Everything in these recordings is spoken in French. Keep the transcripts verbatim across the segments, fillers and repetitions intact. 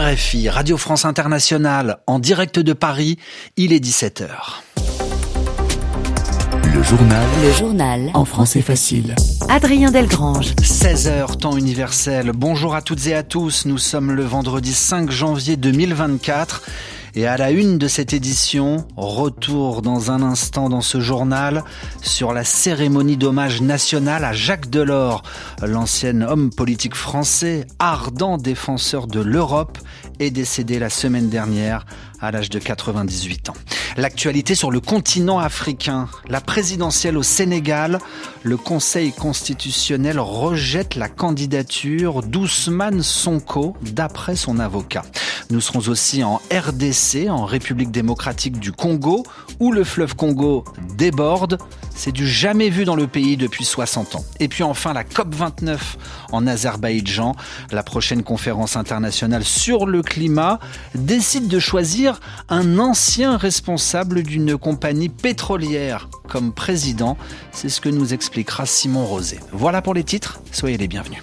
R F I, Radio France Internationale, en direct de Paris, il est dix-sept heures. Le journal. Le journal. En français facile. Adrien Delgrange. seize heures, temps universel. Bonjour à toutes et à tous. Nous sommes le vendredi cinq janvier deux mille vingt-quatre. Et à la une de cette édition, retour dans un instant dans ce journal sur la cérémonie d'hommage national à Jacques Delors, l'ancien homme politique français, ardent défenseur de l'Europe, est décédé la semaine dernière à l'âge de quatre-vingt-dix-huit ans. L'actualité sur le continent africain, la présidentielle au Sénégal, le Conseil constitutionnel rejette la candidature d'Ousmane Sonko d'après son avocat. Nous serons aussi en R D C, en République démocratique du Congo, où le fleuve Congo déborde. C'est du jamais vu dans le pays depuis soixante ans. Et puis enfin la COP vingt-neuf en Azerbaïdjan, la prochaine conférence internationale sur le climat, décide de choisir un ancien responsable d'une compagnie pétrolière comme président. C'est ce que nous expliquera Simon Rosé. Voilà pour les titres, soyez les bienvenus.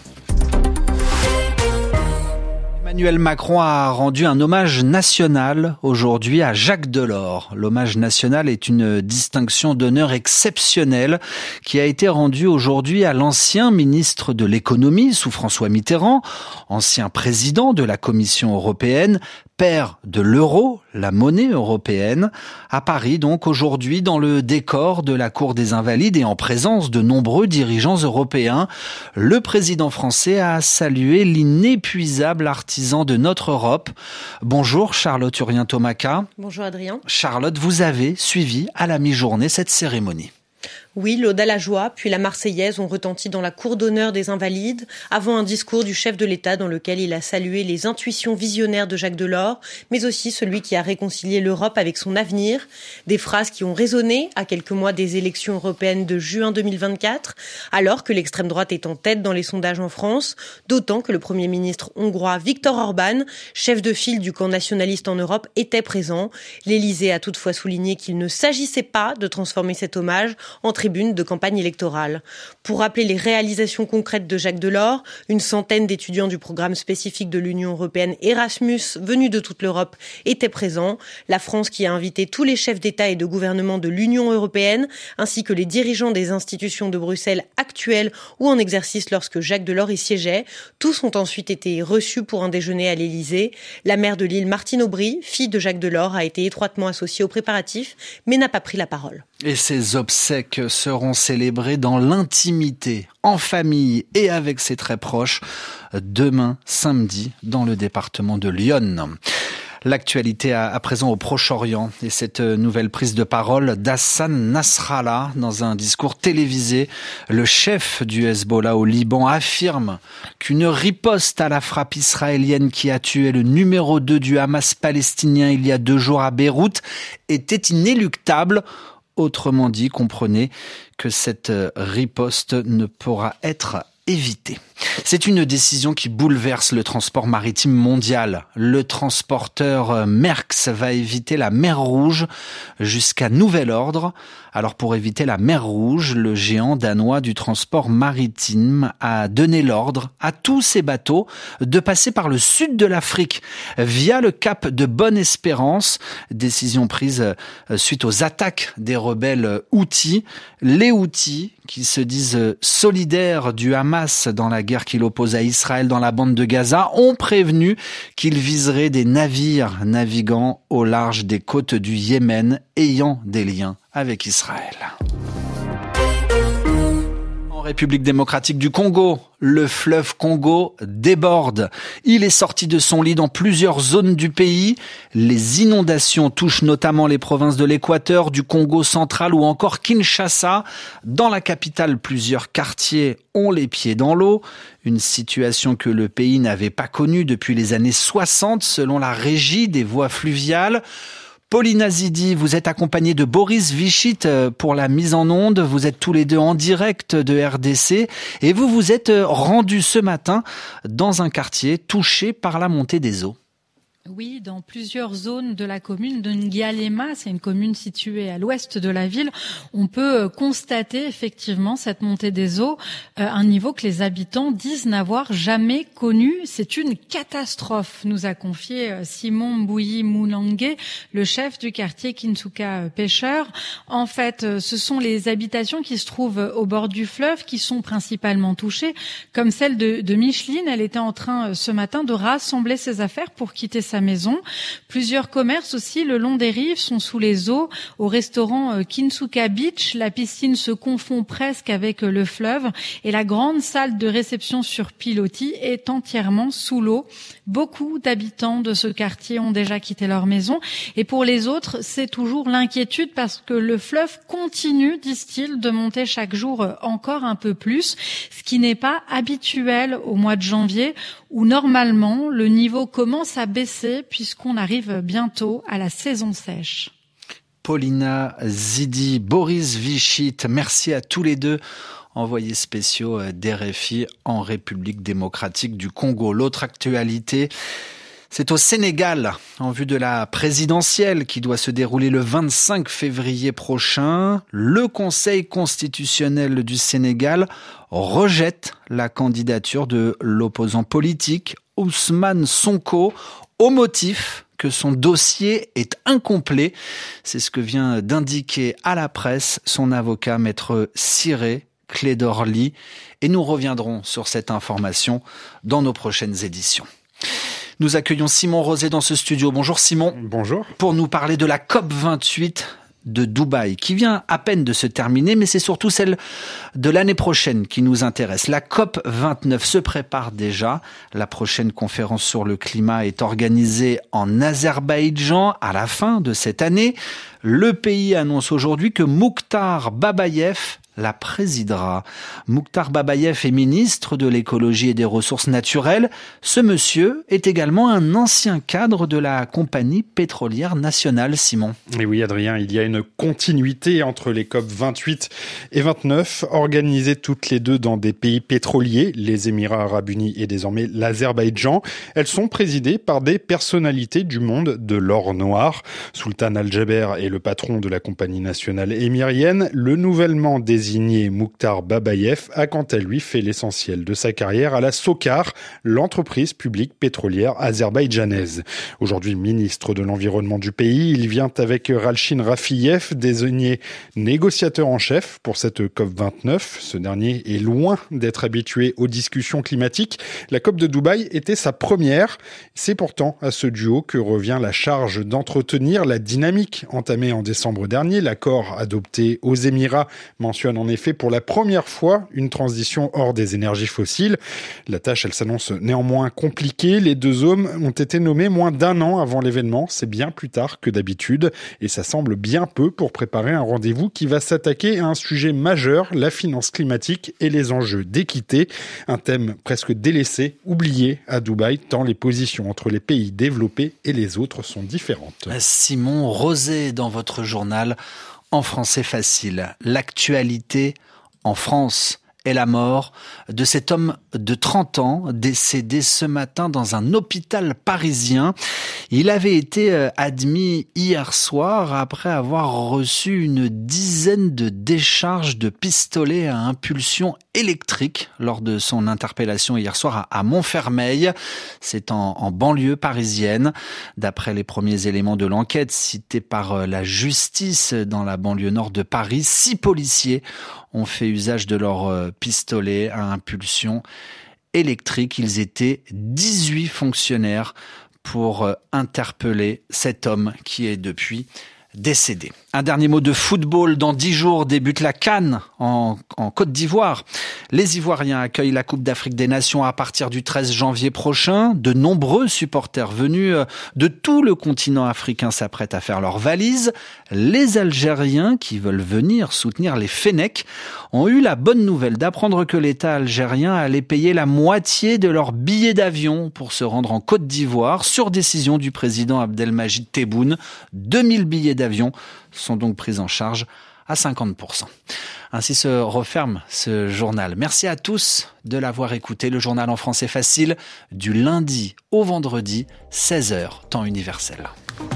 Emmanuel Macron a rendu un hommage national aujourd'hui à Jacques Delors. L'hommage national est une distinction d'honneur exceptionnelle qui a été rendue aujourd'hui à l'ancien ministre de l'économie sous François Mitterrand, ancien président de la Commission européenne, père de l'euro, la monnaie européenne, à Paris donc aujourd'hui dans le décor de la Cour des Invalides et en présence de nombreux dirigeants européens. Le président français a salué l'inépuisable artisan de notre Europe. Bonjour Charlotte Urien-Tomaca. Bonjour Adrien. Charlotte, vous avez suivi à la mi-journée cette cérémonie. Oui, l'Ode à la joie, puis la Marseillaise ont retenti dans la cour d'honneur des Invalides, avant un discours du chef de l'État dans lequel il a salué les intuitions visionnaires de Jacques Delors, mais aussi celui qui a réconcilié l'Europe avec son avenir. Des phrases qui ont résonné à quelques mois des élections européennes de juin deux mille vingt-quatre, alors que l'extrême droite est en tête dans les sondages en France, d'autant que le Premier ministre hongrois Viktor Orban, chef de file du camp nationaliste en Europe, était présent. L'Élysée a toutefois souligné qu'il ne s'agissait pas de transformer cet hommage en tribune de campagne électorale. Pour rappeler les réalisations concrètes de Jacques Delors, une centaine d'étudiants du programme spécifique de l'Union européenne Erasmus, venus de toute l'Europe, étaient présents. La France qui a invité tous les chefs d'État et de gouvernement de l'Union européenne, ainsi que les dirigeants des institutions de Bruxelles actuelles ou en exercice lorsque Jacques Delors y siégeait. Tous ont ensuite été reçus pour un déjeuner à l'Élysée. La maire de Lille, Martine Aubry, fille de Jacques Delors, a été étroitement associée aux préparatifs, mais n'a pas pris la parole. Et ces obsèques seront célébrés dans l'intimité, en famille et avec ses très proches, demain, samedi, dans le département de l'Yonne. L'actualité à, à présent au Proche-Orient et cette nouvelle prise de parole d'Hassan Nasrallah dans un discours télévisé. Le chef du Hezbollah au Liban affirme qu'une riposte à la frappe israélienne qui a tué le numéro deux du Hamas palestinien il y a deux jours à Beyrouth était inéluctable. Autrement dit, comprenez que cette riposte ne pourra être évitée. C'est une décision qui bouleverse le transport maritime mondial. Le transporteur Maersk va éviter la mer Rouge jusqu'à nouvel ordre. Alors pour éviter la mer Rouge, le géant danois du transport maritime a donné l'ordre à tous ses bateaux de passer par le sud de l'Afrique via le cap de Bonne-Espérance. Décision prise suite aux attaques des rebelles Houthis. Les Houthis qui se disent solidaires du Hamas dans la guerre qu'il oppose à Israël dans la bande de Gaza, ont prévenu qu'ils viseraient des navires naviguant au large des côtes du Yémen ayant des liens avec Israël. En République démocratique du Congo, le fleuve Congo déborde. Il est sorti de son lit dans plusieurs zones du pays. Les inondations touchent notamment les provinces de l'Équateur, du Congo central ou encore Kinshasa. Dans la capitale, plusieurs quartiers ont les pieds dans l'eau. Une situation que le pays n'avait pas connue depuis les années soixante, selon la Régie des voies fluviales. Paulina Zidi, vous êtes accompagnée de Boris Vichit pour la mise en onde. Vous êtes tous les deux en direct de R D C et vous vous êtes rendus ce matin dans un quartier touché par la montée des eaux. Oui, dans plusieurs zones de la commune de N'Gyalema, c'est une commune située à l'ouest de la ville, on peut constater effectivement cette montée des eaux, euh, un niveau que les habitants disent n'avoir jamais connu. C'est une catastrophe, nous a confié Simon Mbouyi Moulangue, le chef du quartier Kinsuka Pêcheur. En fait, ce sont les habitations qui se trouvent au bord du fleuve qui sont principalement touchées, comme celle de, de Micheline. Elle était en train ce matin de rassembler ses affaires pour quitter sa maison. Plusieurs commerces aussi le long des rives sont sous les eaux. Au restaurant Kinsuka Beach, la piscine se confond presque avec le fleuve et la grande salle de réception sur pilotis est entièrement sous l'eau. Beaucoup d'habitants de ce quartier ont déjà quitté leur maison et pour les autres, c'est toujours l'inquiétude parce que le fleuve continue, disent-ils, de monter chaque jour encore un peu plus, ce qui n'est pas habituel au mois de janvier où normalement le niveau commence à baisser puisqu'on arrive bientôt à la saison sèche. Paulina Zidi, Boris Vichit, merci à tous les deux. Envoyés spéciaux d'R F I en République démocratique du Congo. L'autre actualité, c'est au Sénégal, en vue de la présidentielle qui doit se dérouler le vingt-cinq février prochain. Le Conseil constitutionnel du Sénégal rejette la candidature de l'opposant politique Ousmane Sonko au motif que son dossier est incomplet. C'est ce que vient d'indiquer à la presse son avocat maître Ciré Clédorli. Et nous reviendrons sur cette information dans nos prochaines éditions. Nous accueillons Simon Rosé dans ce studio. Bonjour Simon. Bonjour. Pour nous parler de la C O P vingt-huit de Dubaï, qui vient à peine de se terminer, mais c'est surtout celle de l'année prochaine qui nous intéresse. La C O P vingt-neuf se prépare déjà. La prochaine conférence sur le climat est organisée en Azerbaïdjan à la fin de cette année. Le pays annonce aujourd'hui que Mukhtar Babayev la présidera. Mukhtar Babayev est ministre de l'écologie et des ressources naturelles. Ce monsieur est également un ancien cadre de la compagnie pétrolière nationale, Simon. Et oui, Adrien, il y a une continuité entre les C O P vingt-huit et vingt-neuf, organisées toutes les deux dans des pays pétroliers, les Émirats arabes unis et désormais l'Azerbaïdjan. Elles sont présidées par des personnalités du monde de l'or noir. Sultan Al-Jaber est le patron de la compagnie nationale émirienne. Le nouvellement désigné Mukhtar Babayev a quant à lui fait l'essentiel de sa carrière à la SOCAR, l'entreprise publique pétrolière azerbaïdjanaise. Aujourd'hui ministre de l'Environnement du pays, il vient avec Ralchin Rafiyev, désigné négociateur en chef pour cette C O P vingt-neuf. Ce dernier est loin d'être habitué aux discussions climatiques. La C O P de Dubaï était sa première. C'est pourtant à ce duo que revient la charge d'entretenir la dynamique entamée en décembre dernier. L'accord adopté aux Émirats mentionne en effet pour la première fois une transition hors des énergies fossiles. La tâche, elle s'annonce néanmoins compliquée. Les deux hommes ont été nommés moins d'un an avant l'événement. C'est bien plus tard que d'habitude et ça semble bien peu pour préparer un rendez-vous qui va s'attaquer à un sujet majeur, la finance climatique et les enjeux d'équité. Un thème presque délaissé, oublié à Dubaï, tant les positions entre les pays développés et les autres sont différentes. Simon Rosé dans votre journal en français facile. L'actualité en France est la mort de cet homme de trente ans décédé ce matin dans un hôpital parisien. Il avait été admis hier soir après avoir reçu une dizaine de décharges de pistolets à impulsion électrique lors de son interpellation hier soir à Montfermeil. C'est en, en banlieue parisienne. D'après les premiers éléments de l'enquête cités par la justice dans la banlieue nord de Paris, six policiers ont fait usage de leur pistolet à impulsion électrique. Ils étaient dix-huit fonctionnaires pour interpeller cet homme qui est depuis décédé. Un dernier mot de football. Dans dix jours débute la CAN en, en Côte d'Ivoire. Les Ivoiriens accueillent la Coupe d'Afrique des Nations à partir du treize janvier prochain. De nombreux supporters venus de tout le continent africain s'apprêtent à faire leurs valises. Les Algériens qui veulent venir soutenir les Fennecs ont eu la bonne nouvelle d'apprendre que l'État algérien allait payer la moitié de leurs billets d'avion pour se rendre en Côte d'Ivoire sur décision du président Abdelmajid Tebboune. deux mille billets d'avion sont donc pris en charge à cinquante pour cent. Ainsi se referme ce journal. Merci à tous de l'avoir écouté. Le journal en français facile du lundi au vendredi, seize heures, temps universel.